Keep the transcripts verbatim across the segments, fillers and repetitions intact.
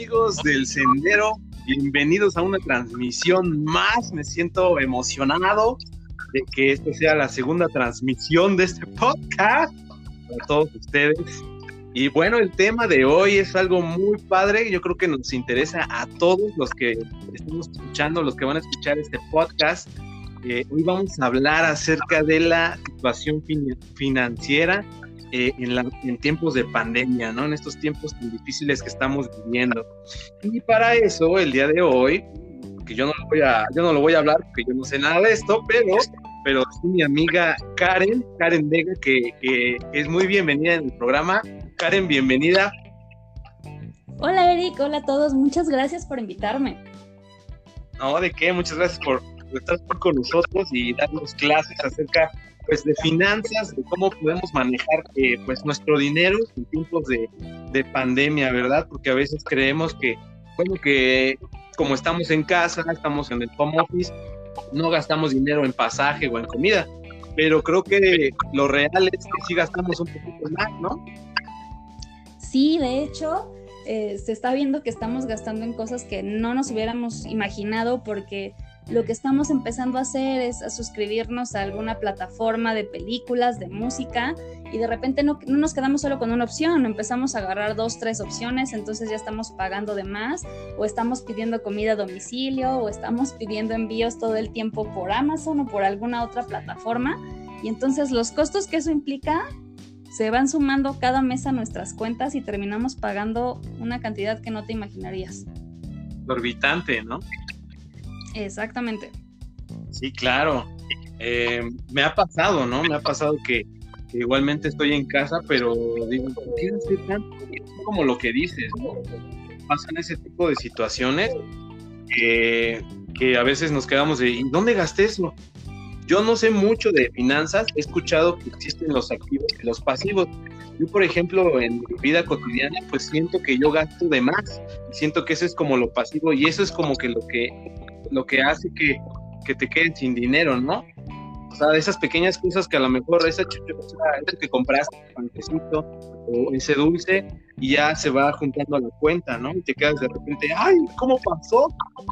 amigos del Sendero? Bienvenidos a una transmisión más. Me siento emocionado de que esta sea la segunda transmisión de este podcast para todos ustedes. Y bueno, el tema de hoy es algo muy padre. Yo creo que nos interesa a todos los que estamos escuchando, los que van a escuchar este podcast. Eh, hoy vamos a hablar acerca de la situación fin- financiera eh, en, la, en tiempos de pandemia, ¿no? En estos tiempos tan difíciles que estamos viviendo. Y para eso, el día de hoy, que yo no lo voy a, yo no lo voy a hablar porque yo no sé nada de esto, pero, pero sí mi amiga Karen, Karen Vega, que, que es muy bienvenida en el programa. Karen, bienvenida. Hola Eric, hola a todos, muchas gracias por invitarme. No, ¿de qué? Muchas gracias por estar con nosotros y darnos clases acerca pues de finanzas, de cómo podemos manejar eh, pues nuestro dinero en tiempos de, de pandemia, ¿verdad? Porque a veces creemos que, bueno, que como estamos en casa, estamos en el home office, no gastamos dinero en pasaje o en comida, pero creo que lo real es que sí gastamos un poquito más, ¿no? Sí, de hecho, eh, se está viendo que estamos gastando en cosas que no nos hubiéramos imaginado, porque lo que estamos empezando a hacer es a suscribirnos a alguna plataforma de películas, de música, y de repente no, no nos quedamos solo con una opción, empezamos a agarrar dos, tres opciones, entonces ya estamos pagando de más, o estamos pidiendo comida a domicilio, o estamos pidiendo envíos todo el tiempo por Amazon o por alguna otra plataforma, y entonces los costos que eso implica se van sumando cada mes a nuestras cuentas y terminamos pagando una cantidad que no te imaginarías. Exorbitante, ¿no? Exactamente. Sí, claro. Eh, me ha pasado, ¿no? Me ha pasado que, que igualmente estoy en casa, pero digo, ¿por qué hacer tanto? Es como lo que dices, ¿no? Pasan ese tipo de situaciones que, que a veces nos quedamos de, ¿y dónde gasté eso? Yo no sé mucho de finanzas, he escuchado que existen los activos y los pasivos. Yo, por ejemplo, en mi vida cotidiana, pues siento que yo gasto de más, siento que eso es como lo pasivo y eso es como que lo que, lo que hace que, que te quedes sin dinero, ¿no? O sea, esas pequeñas cosas que a lo mejor esa chuchosa, eso que compraste, un panecito o ese dulce, y ya se va juntando a la cuenta, ¿no? Y te quedas de repente, ¡ay, cómo pasó!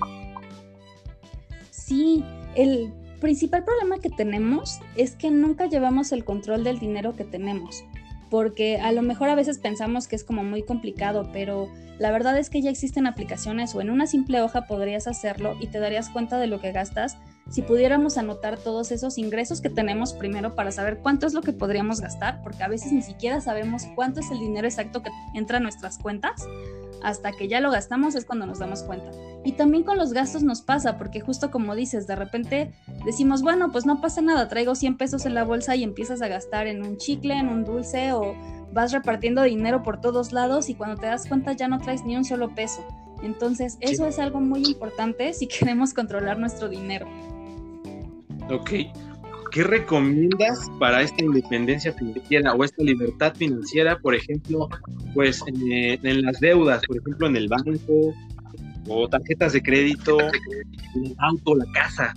Sí, el principal problema que tenemos es que nunca llevamos el control del dinero que tenemos, porque a lo mejor a veces pensamos que es como muy complicado, pero la verdad es que ya existen aplicaciones o en una simple hoja podrías hacerlo y te darías cuenta de lo que gastas si pudiéramos anotar todos esos ingresos que tenemos primero para saber cuánto es lo que podríamos gastar, porque a veces ni siquiera sabemos cuánto es el dinero exacto que entra a nuestras cuentas. Hasta que ya lo gastamos es cuando nos damos cuenta. Y también con los gastos nos pasa, porque justo como dices, de repente decimos, bueno, pues no pasa nada, traigo cien pesos en la bolsa y empiezas a gastar en un chicle, en un dulce, o vas repartiendo dinero por todos lados y cuando te das cuenta ya no traes ni un solo peso. Entonces, eso sí. Es algo muy importante si queremos controlar nuestro dinero. Ok. ¿Qué recomiendas para esta independencia financiera o esta libertad financiera, por ejemplo, pues en, en las deudas, por ejemplo, en el banco o tarjetas de crédito, el auto, la casa?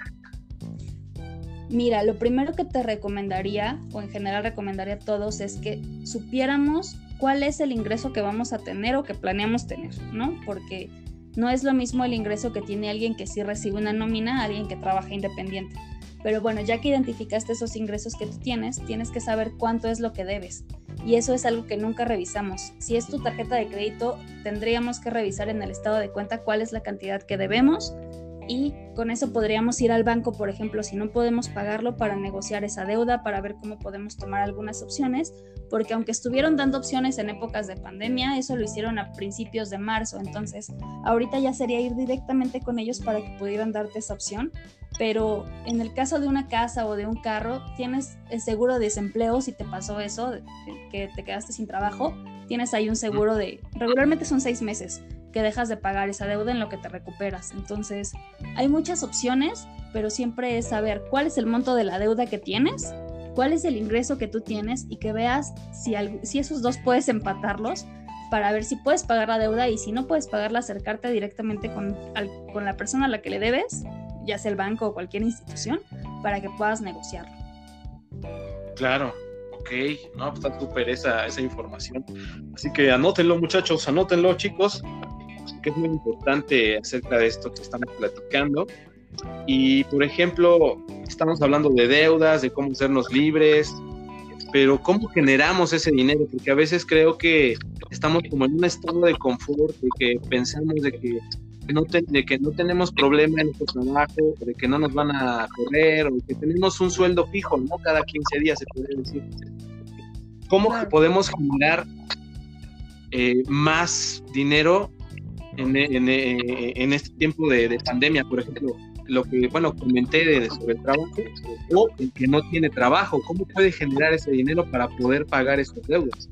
Mira, lo primero que te recomendaría, o en general recomendaría a todos, es que supiéramos cuál es el ingreso que vamos a tener o que planeamos tener, ¿no? Porque no es lo mismo el ingreso que tiene alguien que sí recibe una nómina a alguien que trabaja independiente. Pero bueno, ya que identificaste esos ingresos que tú tienes, tienes que saber cuánto es lo que debes. Y eso es algo que nunca revisamos. Si es tu tarjeta de crédito, tendríamos que revisar en el estado de cuenta cuál es la cantidad que debemos y con eso podríamos ir al banco, por ejemplo, si no podemos pagarlo, para negociar esa deuda, para ver cómo podemos tomar algunas opciones, porque aunque estuvieron dando opciones en épocas de pandemia, eso lo hicieron a principios de marzo, entonces ahorita ya sería ir directamente con ellos para que pudieran darte esa opción. Pero en el caso de una casa o de un carro, tienes el seguro de desempleo si te pasó eso, que te quedaste sin trabajo, tienes ahí un seguro de, regularmente son seis meses, que dejas de pagar esa deuda en lo que te recuperas. Entonces, hay muchas opciones, pero siempre es saber cuál es el monto de la deuda que tienes, cuál es el ingreso que tú tienes y que veas si, al, si esos dos puedes empatarlos para ver si puedes pagar la deuda, y si no puedes pagarla, acercarte directamente con, al, con la persona a la que le debes, ya sea el banco o cualquier institución, para que puedas negociarlo. Claro, ok, no, pues está súper esa, esa información. Así que anótenlo, muchachos, anótenlo, chicos. que es muy importante acerca de esto que estamos platicando. Y, por ejemplo, estamos hablando de deudas, de cómo hacernos libres, pero ¿cómo generamos ese dinero? Porque a veces creo que estamos como en un estado de confort, de que pensamos de que no, te, de que no tenemos problema en nuestro trabajo, de que no nos van a correr, o que tenemos un sueldo fijo, ¿no? Cada quince días se podría decir. ¿Cómo claro. podemos generar eh, más dinero en, en, en este tiempo de, de pandemia? Por ejemplo, lo que, bueno, comenté de, sobre el trabajo, o el que no tiene trabajo, ¿cómo puede generar ese dinero para poder pagar esas deudas?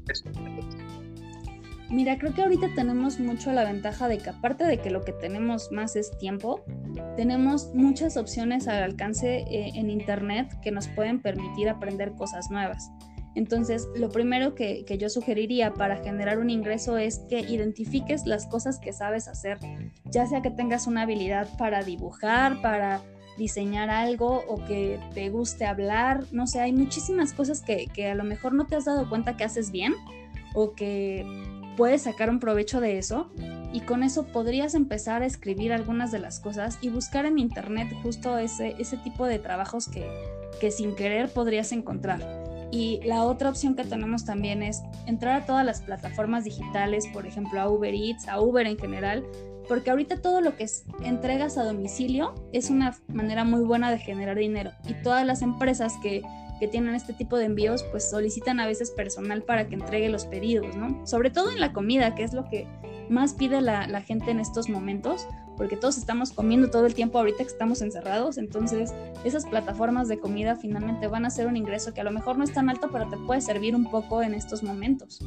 Mira, creo que ahorita tenemos mucho la ventaja de que aparte de que lo que tenemos más es tiempo, tenemos muchas opciones al alcance eh, en internet que nos pueden permitir aprender cosas nuevas. Entonces, lo primero que, que yo sugeriría para generar un ingreso es que identifiques las cosas que sabes hacer, ya sea que tengas una habilidad para dibujar, para diseñar algo o que te guste hablar, no sé, hay muchísimas cosas que, que a lo mejor no te has dado cuenta que haces bien o que puedes sacar un provecho de eso, y con eso podrías empezar a escribir algunas de las cosas y buscar en internet justo ese, ese tipo de trabajos que, que sin querer podrías encontrar. Y la otra opción que tenemos también es entrar a todas las plataformas digitales, por ejemplo a Uber Eats, a Uber en general, porque ahorita todo lo que es entregas a domicilio es una manera muy buena de generar dinero, y todas las empresas que, que tienen este tipo de envíos pues solicitan a veces personal para que entregue los pedidos, ¿no? Sobre todo en la comida, que es lo que más pide la, la gente en estos momentos, porque todos estamos comiendo todo el tiempo ahorita que estamos encerrados. Entonces esas plataformas de comida finalmente van a ser un ingreso que a lo mejor no es tan alto, pero te puede servir un poco en estos momentos.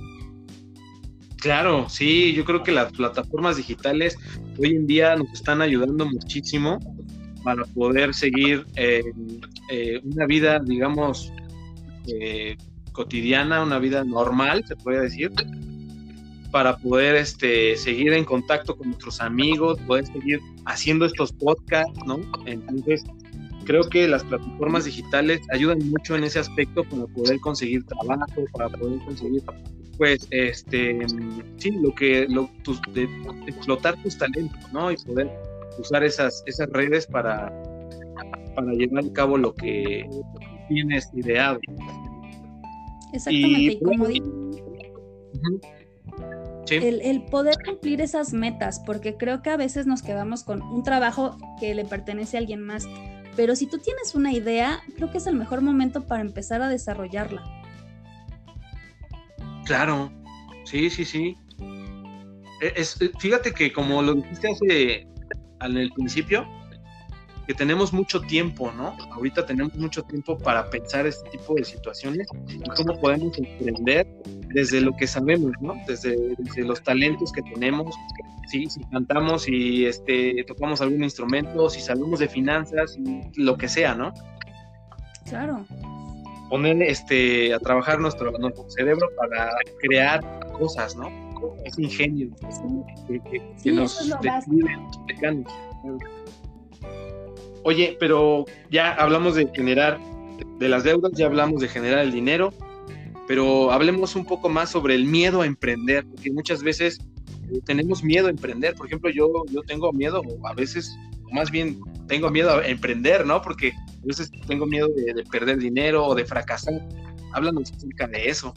Claro, sí, yo creo que las plataformas digitales hoy en día nos están ayudando muchísimo para poder seguir eh, eh, una vida, digamos, eh, cotidiana, una vida normal, se podría decir, para poder este, seguir en contacto con nuestros amigos, poder seguir haciendo estos podcasts, ¿no? Entonces, creo que las plataformas digitales ayudan mucho en ese aspecto para poder conseguir trabajo, para poder conseguir, pues, este, sí, lo que, lo, tus, de, de explotar tus talentos, ¿no? Y poder usar esas, esas redes para, para llevar a cabo lo que tienes ideado. Exactamente, y, y como digo, uh-huh. Sí. El, el poder cumplir esas metas, porque creo que a veces nos quedamos con un trabajo que le pertenece a alguien más, pero si tú tienes una idea, creo que es el mejor momento para empezar a desarrollarla. Claro, sí, sí, sí. Es, fíjate que como lo dijiste hace, en el principio, que tenemos mucho tiempo, ¿no? Ahorita tenemos mucho tiempo para pensar este tipo de situaciones y cómo podemos emprender desde lo que sabemos, ¿no? Desde, desde los talentos que tenemos, sí, si cantamos, si este, tocamos algún instrumento, si sabemos de finanzas, y lo que sea, ¿no? Claro. Poner este, a trabajar nuestro, nuestro cerebro para crear cosas, ¿no? Ese ingenio que, que, sí, que nos describe. Oye, pero ya hablamos de generar, de las deudas, ya hablamos de generar el dinero, pero hablemos un poco más sobre el miedo a emprender, porque muchas veces eh, tenemos miedo a emprender. Por ejemplo, yo, yo tengo miedo, o a veces, más bien, tengo miedo a emprender, ¿no? Porque a veces tengo miedo de, de perder dinero o de fracasar. Háblanos acerca de eso.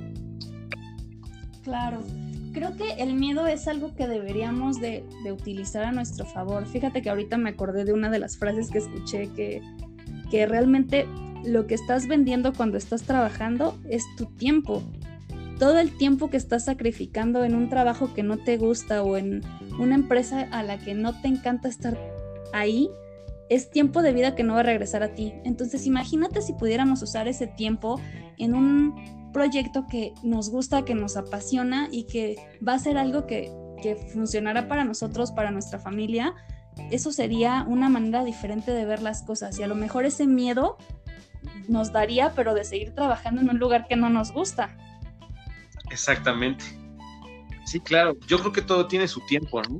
Claro. Creo que el miedo es algo que deberíamos de, de utilizar a nuestro favor. Fíjate que ahorita me acordé de una de las frases que escuché, que, que realmente lo que estás vendiendo cuando estás trabajando es tu tiempo. Todo el tiempo que estás sacrificando en un trabajo que no te gusta o en una empresa a la que no te encanta estar ahí, es tiempo de vida que no va a regresar a ti. Entonces imagínate si pudiéramos usar ese tiempo en un proyecto que nos gusta, que nos apasiona y que va a ser algo que, que funcionará para nosotros, para nuestra familia. Eso sería una manera diferente de ver las cosas, y a lo mejor ese miedo nos daría, pero de seguir trabajando en un lugar que no nos gusta. Exactamente. Sí, claro. Yo creo que todo tiene su tiempo, ¿no?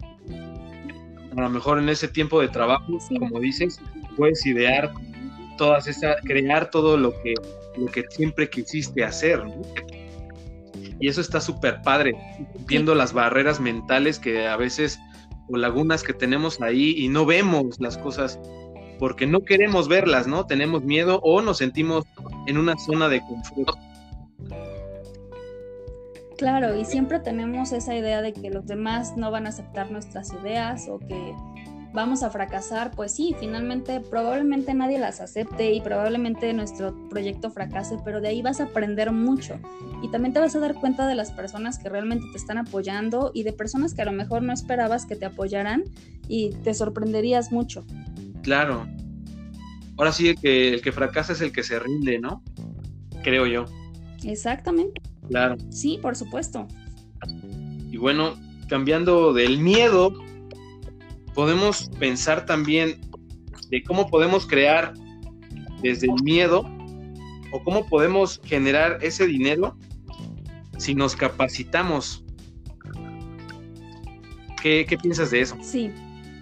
A lo mejor en ese tiempo de trabajo, sí, como dices, puedes idear todas esas, crear todo lo que lo que siempre quisiste hacer, ¿no? Y eso está súper padre, viendo las barreras mentales que a veces, o lagunas que tenemos ahí y no vemos las cosas porque no queremos verlas, ¿no? Tenemos miedo o nos sentimos en una zona de confort. Claro, y siempre tenemos esa idea de que los demás no van a aceptar nuestras ideas o que vamos a fracasar. Pues sí, finalmente probablemente nadie las acepte y probablemente nuestro proyecto fracase, pero de ahí vas a aprender mucho y también te vas a dar cuenta de las personas que realmente te están apoyando y de personas que a lo mejor no esperabas que te apoyaran y te sorprenderías mucho. Claro. Ahora sí, el que, el que fracasa es el que se rinde, ¿no? Creo yo. Exactamente. Claro. Sí, por supuesto. Y bueno, cambiando del miedo, podemos pensar también de cómo podemos crear desde el miedo o cómo podemos generar ese dinero si nos capacitamos. ¿Qué, qué piensas de eso? Sí.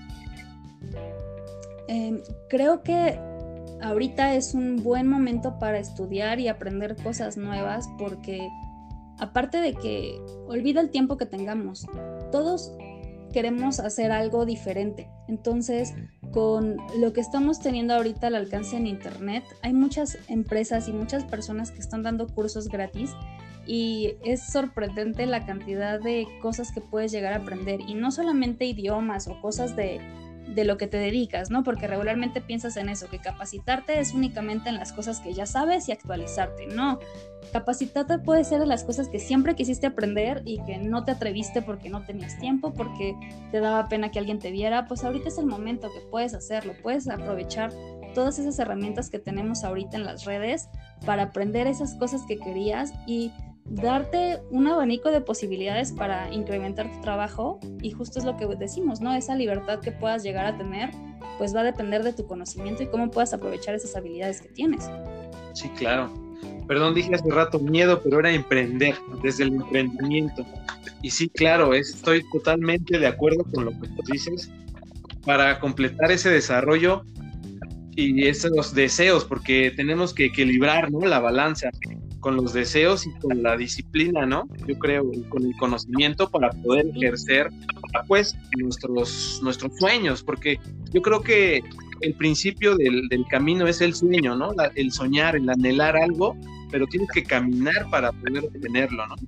Eh, creo que ahorita es un buen momento para estudiar y aprender cosas nuevas porque aparte de que olvida el tiempo que tengamos, todos queremos hacer algo diferente. Entonces, con lo que estamos teniendo ahorita al alcance en internet, hay muchas empresas y muchas personas que están dando cursos gratis y es sorprendente la cantidad de cosas que puedes llegar a aprender y no solamente idiomas o cosas de de lo que te dedicas, ¿no? Porque regularmente piensas en eso, que capacitarte es únicamente en las cosas que ya sabes y actualizarte. No, capacitarte puede ser en las cosas que siempre quisiste aprender y que no te atreviste porque no tenías tiempo, porque te daba pena que alguien te viera. Pues ahorita es el momento que puedes hacerlo, puedes aprovechar todas esas herramientas que tenemos ahorita en las redes para aprender esas cosas que querías y darte un abanico de posibilidades para incrementar tu trabajo. Y justo es lo que decimos, ¿no? Esa libertad que puedas llegar a tener pues va a depender de tu conocimiento y cómo puedas aprovechar esas habilidades que tienes. Sí, claro. Perdón, dije hace rato miedo, pero era emprender, desde el emprendimiento. Y sí, claro, estoy totalmente de acuerdo con lo que tú dices para completar ese desarrollo y esos deseos, porque tenemos que equilibrar, ¿no? La balanza con los deseos y con la disciplina, ¿no? Yo creo, con el conocimiento para poder ejercer, pues, nuestros, nuestros sueños, porque yo creo que el principio del, del camino es el sueño, ¿no? La, el soñar, el anhelar algo, pero tienes que caminar para poder obtenerlo, ¿no?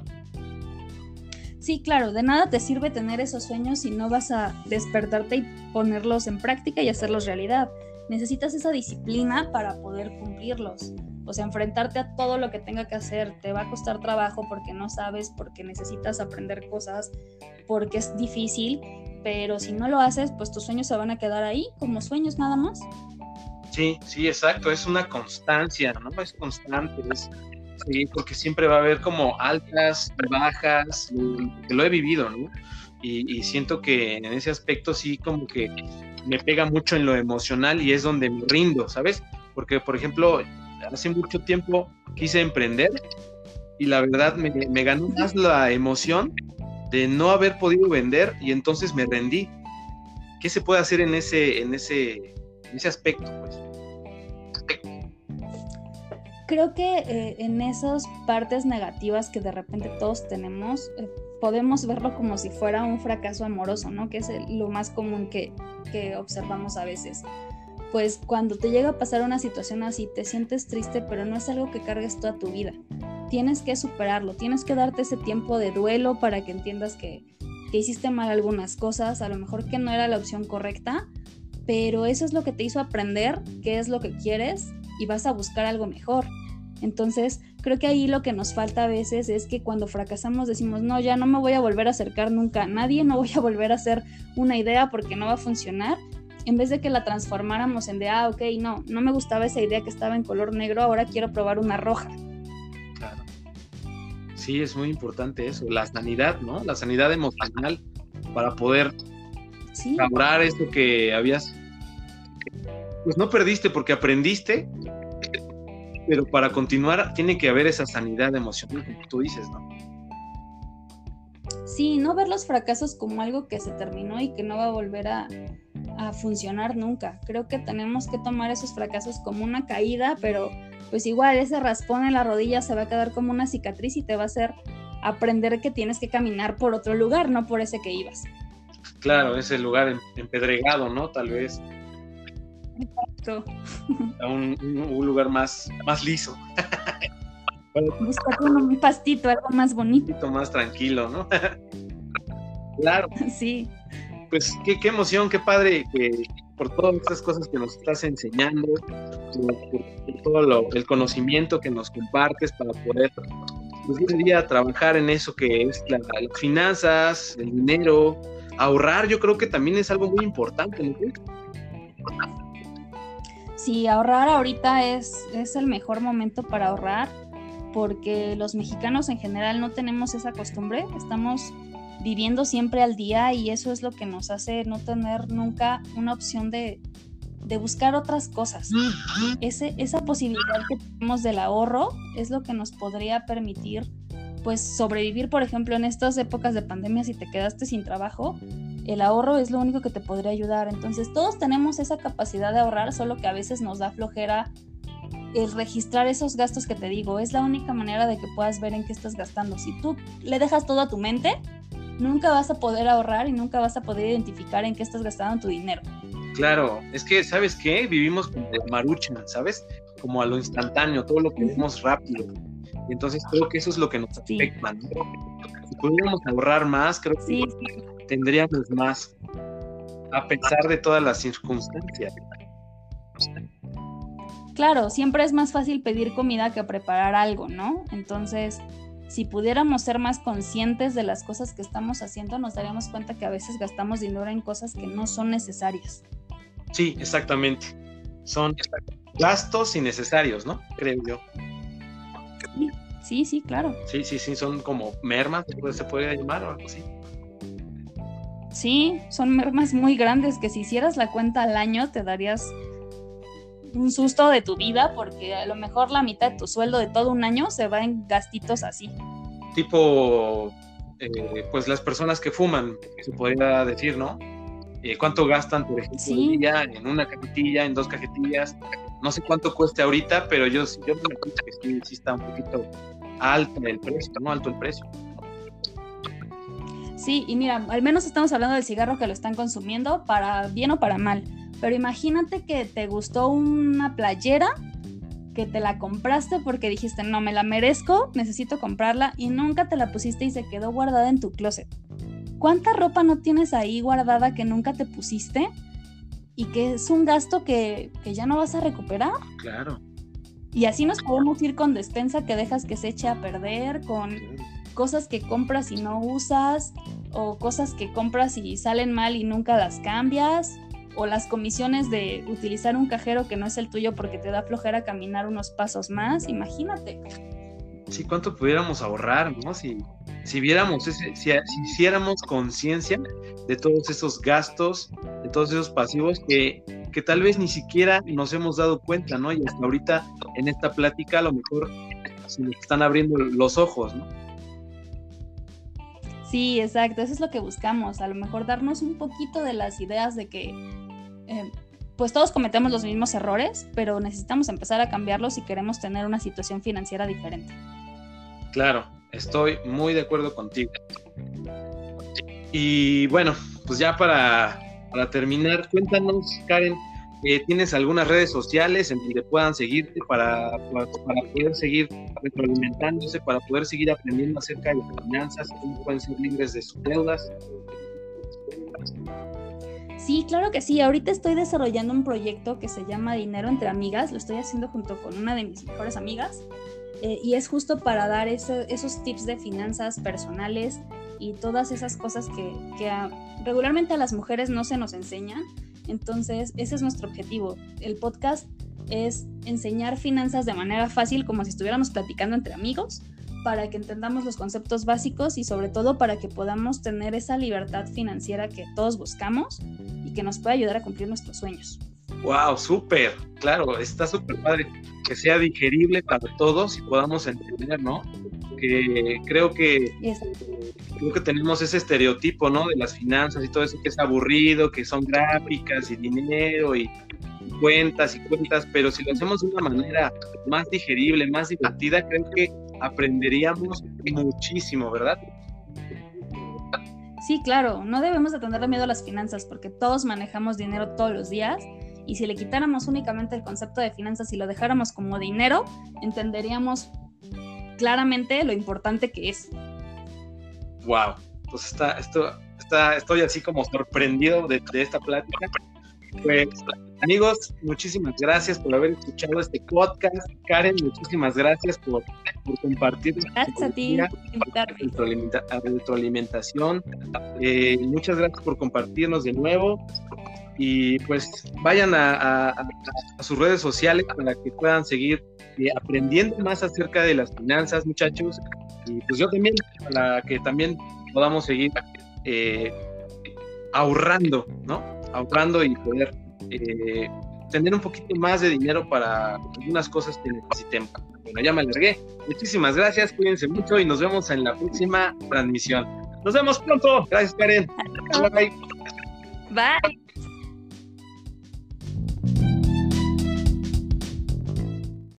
Sí, claro, de nada te sirve tener esos sueños si no vas a despertarte y ponerlos en práctica y hacerlos realidad. Necesitas esa disciplina para poder cumplirlos. O sea, enfrentarte a todo lo que tenga que hacer te va a costar trabajo porque no sabes, porque necesitas aprender cosas, porque es difícil, pero si no lo haces, pues tus sueños se van a quedar ahí como sueños nada más. Sí, sí, exacto, es una constancia, ¿no? Es constante, es, sí, porque siempre va a haber como altas y bajas, que lo he vivido, ¿no? Y, y siento que en ese aspecto sí como que me pega mucho en lo emocional y es donde me rindo, ¿sabes? Porque, por ejemplo, hace mucho tiempo quise emprender y la verdad me, me ganó más la emoción de no haber podido vender y entonces me rendí. ¿Qué se puede hacer en ese, en ese, en ese aspecto, pues? Creo que eh, en esas partes negativas que de repente todos tenemos, eh, podemos verlo como si fuera un fracaso amoroso, ¿no? Que es el, lo más común que, que observamos a veces. Pues cuando te llega a pasar una situación así, te sientes triste, pero no es algo que cargues toda tu vida. Tienes que superarlo, tienes que darte ese tiempo de duelo para que entiendas que, que hiciste mal algunas cosas, a lo mejor que no era la opción correcta, pero eso es lo que te hizo aprender qué es lo que quieres y vas a buscar algo mejor. Entonces, creo que ahí lo que nos falta a veces es que cuando fracasamos decimos, no, ya no me voy a volver a acercar nunca a nadie, no voy a volver a hacer una idea porque no va a funcionar, en vez de que la transformáramos en de, ah, ok, no, no me gustaba esa idea que estaba en color negro, ahora quiero probar una roja. Claro. Sí, es muy importante eso, la sanidad, ¿no? La sanidad emocional para poder sí. lograr esto que habías, pues no perdiste porque aprendiste, pero para continuar tiene que haber esa sanidad emocional, como tú dices, ¿no? Sí, no ver los fracasos como algo que se terminó y que no va a volver a, a funcionar nunca. Creo que tenemos que tomar esos fracasos como una caída, pero pues igual ese raspón en la rodilla se va a quedar como una cicatriz y te va a hacer aprender que tienes que caminar por otro lugar, no por ese que ibas. Claro, ese lugar empedregado, ¿no? Tal vez. Exacto. A un, un, un lugar más, más liso. Búscate un pastito, algo más bonito. Un poquito más tranquilo, ¿no? Claro. Sí. Pues qué, qué emoción, qué padre que por todas estas cosas que nos estás enseñando, por, por, por todo lo, el conocimiento que nos compartes para poder pues, día a día trabajar en eso que es la, las finanzas, el dinero, ahorrar. Yo creo que también es algo muy importante, ¿no? Sí, ahorrar ahorita es, es el mejor momento para ahorrar, porque los mexicanos en general no tenemos esa costumbre, estamos viviendo siempre al día y eso es lo que nos hace no tener nunca una opción de, de buscar otras cosas. Ese, esa posibilidad que tenemos del ahorro es lo que nos podría permitir pues sobrevivir, por ejemplo, en estas épocas de pandemia. Si te quedaste sin trabajo, el ahorro es lo único que te podría ayudar. Entonces todos tenemos esa capacidad de ahorrar, solo que a veces nos da flojera el registrar esos gastos que te digo. Es la única manera de que puedas ver en qué estás gastando. Si tú le dejas todo a tu mente, nunca vas a poder ahorrar y nunca vas a poder identificar en qué estás gastando tu dinero. Claro, es que, ¿sabes qué? Vivimos como de maruchan, ¿sabes? Como a lo instantáneo, todo lo que vemos rápido. Y entonces creo que eso es lo que nos afecta, sí. ¿no? Si pudiéramos ahorrar más, creo que sí, sí. tendríamos más, a pesar de todas las circunstancias. Claro, siempre es más fácil pedir comida que preparar algo, ¿no? Entonces, si pudiéramos ser más conscientes de las cosas que estamos haciendo, nos daríamos cuenta que a veces gastamos dinero en cosas que no son necesarias. Sí, exactamente. Son gastos innecesarios, ¿no? Creo yo. Sí, sí, sí, claro. Sí, sí, sí, son como mermas, se puede llamar o algo así. Sí, son mermas muy grandes que si hicieras la cuenta al año te darías un susto de tu vida, porque a lo mejor la mitad de tu sueldo de todo un año se va en gastitos así. Tipo, eh, pues las personas que fuman, se podría decir, ¿no? Eh, ¿Cuánto gastan, por ejemplo, sí. día, en una cajetilla, en dos cajetillas? No sé cuánto cueste ahorita, pero yo, yo me cuenta que sí, sí está un poquito alto el precio, ¿no? Alto el precio. Sí, y mira, al menos estamos hablando del cigarro que lo están consumiendo, para bien o para mal. Pero imagínate que te gustó una playera, que te la compraste porque dijiste, no, me la merezco, necesito comprarla, y nunca te la pusiste y se quedó guardada en tu closet. ¿Cuánta ropa no tienes ahí guardada que nunca te pusiste y que es un gasto que, que ya no vas a recuperar? Claro. Y así nos podemos ir con despensa que dejas que se eche a perder, con cosas que compras y no usas, o cosas que compras y salen mal y nunca las cambias, o las comisiones de utilizar un cajero que no es el tuyo porque te da flojera caminar unos pasos más. Imagínate. Sí, cuánto pudiéramos ahorrar, ¿no? Si, si viéramos, ese, si, si hiciéramos conciencia de todos esos gastos, de todos esos pasivos que, que tal vez ni siquiera nos hemos dado cuenta, ¿no? Y hasta ahorita en esta plática a lo mejor se nos están abriendo los ojos, ¿no? Sí, exacto, eso es lo que buscamos, a lo mejor darnos un poquito de las ideas de que eh, pues todos cometemos los mismos errores, pero necesitamos empezar a cambiarlos si queremos tener una situación financiera diferente. Claro, estoy muy de acuerdo contigo. Y bueno, pues ya para, para terminar, cuéntanos, Karen, eh, ¿tienes algunas redes sociales en donde puedan seguirte para, para, para poder seguir retroalimentándose, para poder seguir aprendiendo acerca de las finanzas, cómo pueden ser libres de sus deudas? Sí, claro que sí. Ahorita estoy desarrollando un proyecto que se llama Dinero entre Amigas. Lo estoy haciendo junto con una de mis mejores amigas. Eh, y es justo para dar ese, esos tips de finanzas personales y todas esas cosas que, que a, regularmente a las mujeres no se nos enseñan. Entonces, ese es nuestro objetivo. El podcast es enseñar finanzas de manera fácil, como si estuviéramos platicando entre amigos, para que entendamos los conceptos básicos y sobre todo para que podamos tener esa libertad financiera que todos buscamos y que nos pueda ayudar a cumplir nuestros sueños. ¡Wow! ¡Súper! Claro, está súper padre. Que sea digerible para todos y podamos entender, ¿no? Que creo que Exacto. creo que tenemos ese estereotipo, ¿no? De las finanzas y todo eso que es aburrido, que son gráficas y dinero y, cuentas y cuentas, pero si lo hacemos de una manera más digerible, más divertida, creo que aprenderíamos muchísimo, ¿verdad? Sí, claro, no debemos de tenerle miedo a las finanzas porque todos manejamos dinero todos los días y si le quitáramos únicamente el concepto de finanzas y lo dejáramos como dinero, entenderíamos claramente lo importante que es. Wow, pues está, esto, está, estoy así como sorprendido de, de esta plática. Pues, amigos, muchísimas gracias por haber escuchado este podcast. Karen, muchísimas gracias por, por compartir. Gracias a ti por invitarme. Retroalimenta, retroalimentación. Eh, muchas gracias por compartirnos de nuevo. Y pues vayan a, a, a sus redes sociales para que puedan seguir eh, aprendiendo más acerca de las finanzas, muchachos. Y pues yo también, para que también podamos seguir eh, ahorrando, ¿no? ahorrando y poder eh, tener un poquito más de dinero para algunas cosas que necesitemos. Bueno, ya me alargué. Muchísimas gracias, cuídense mucho y nos vemos en la próxima transmisión. Nos vemos pronto. Gracias, Karen. Bye. Bye.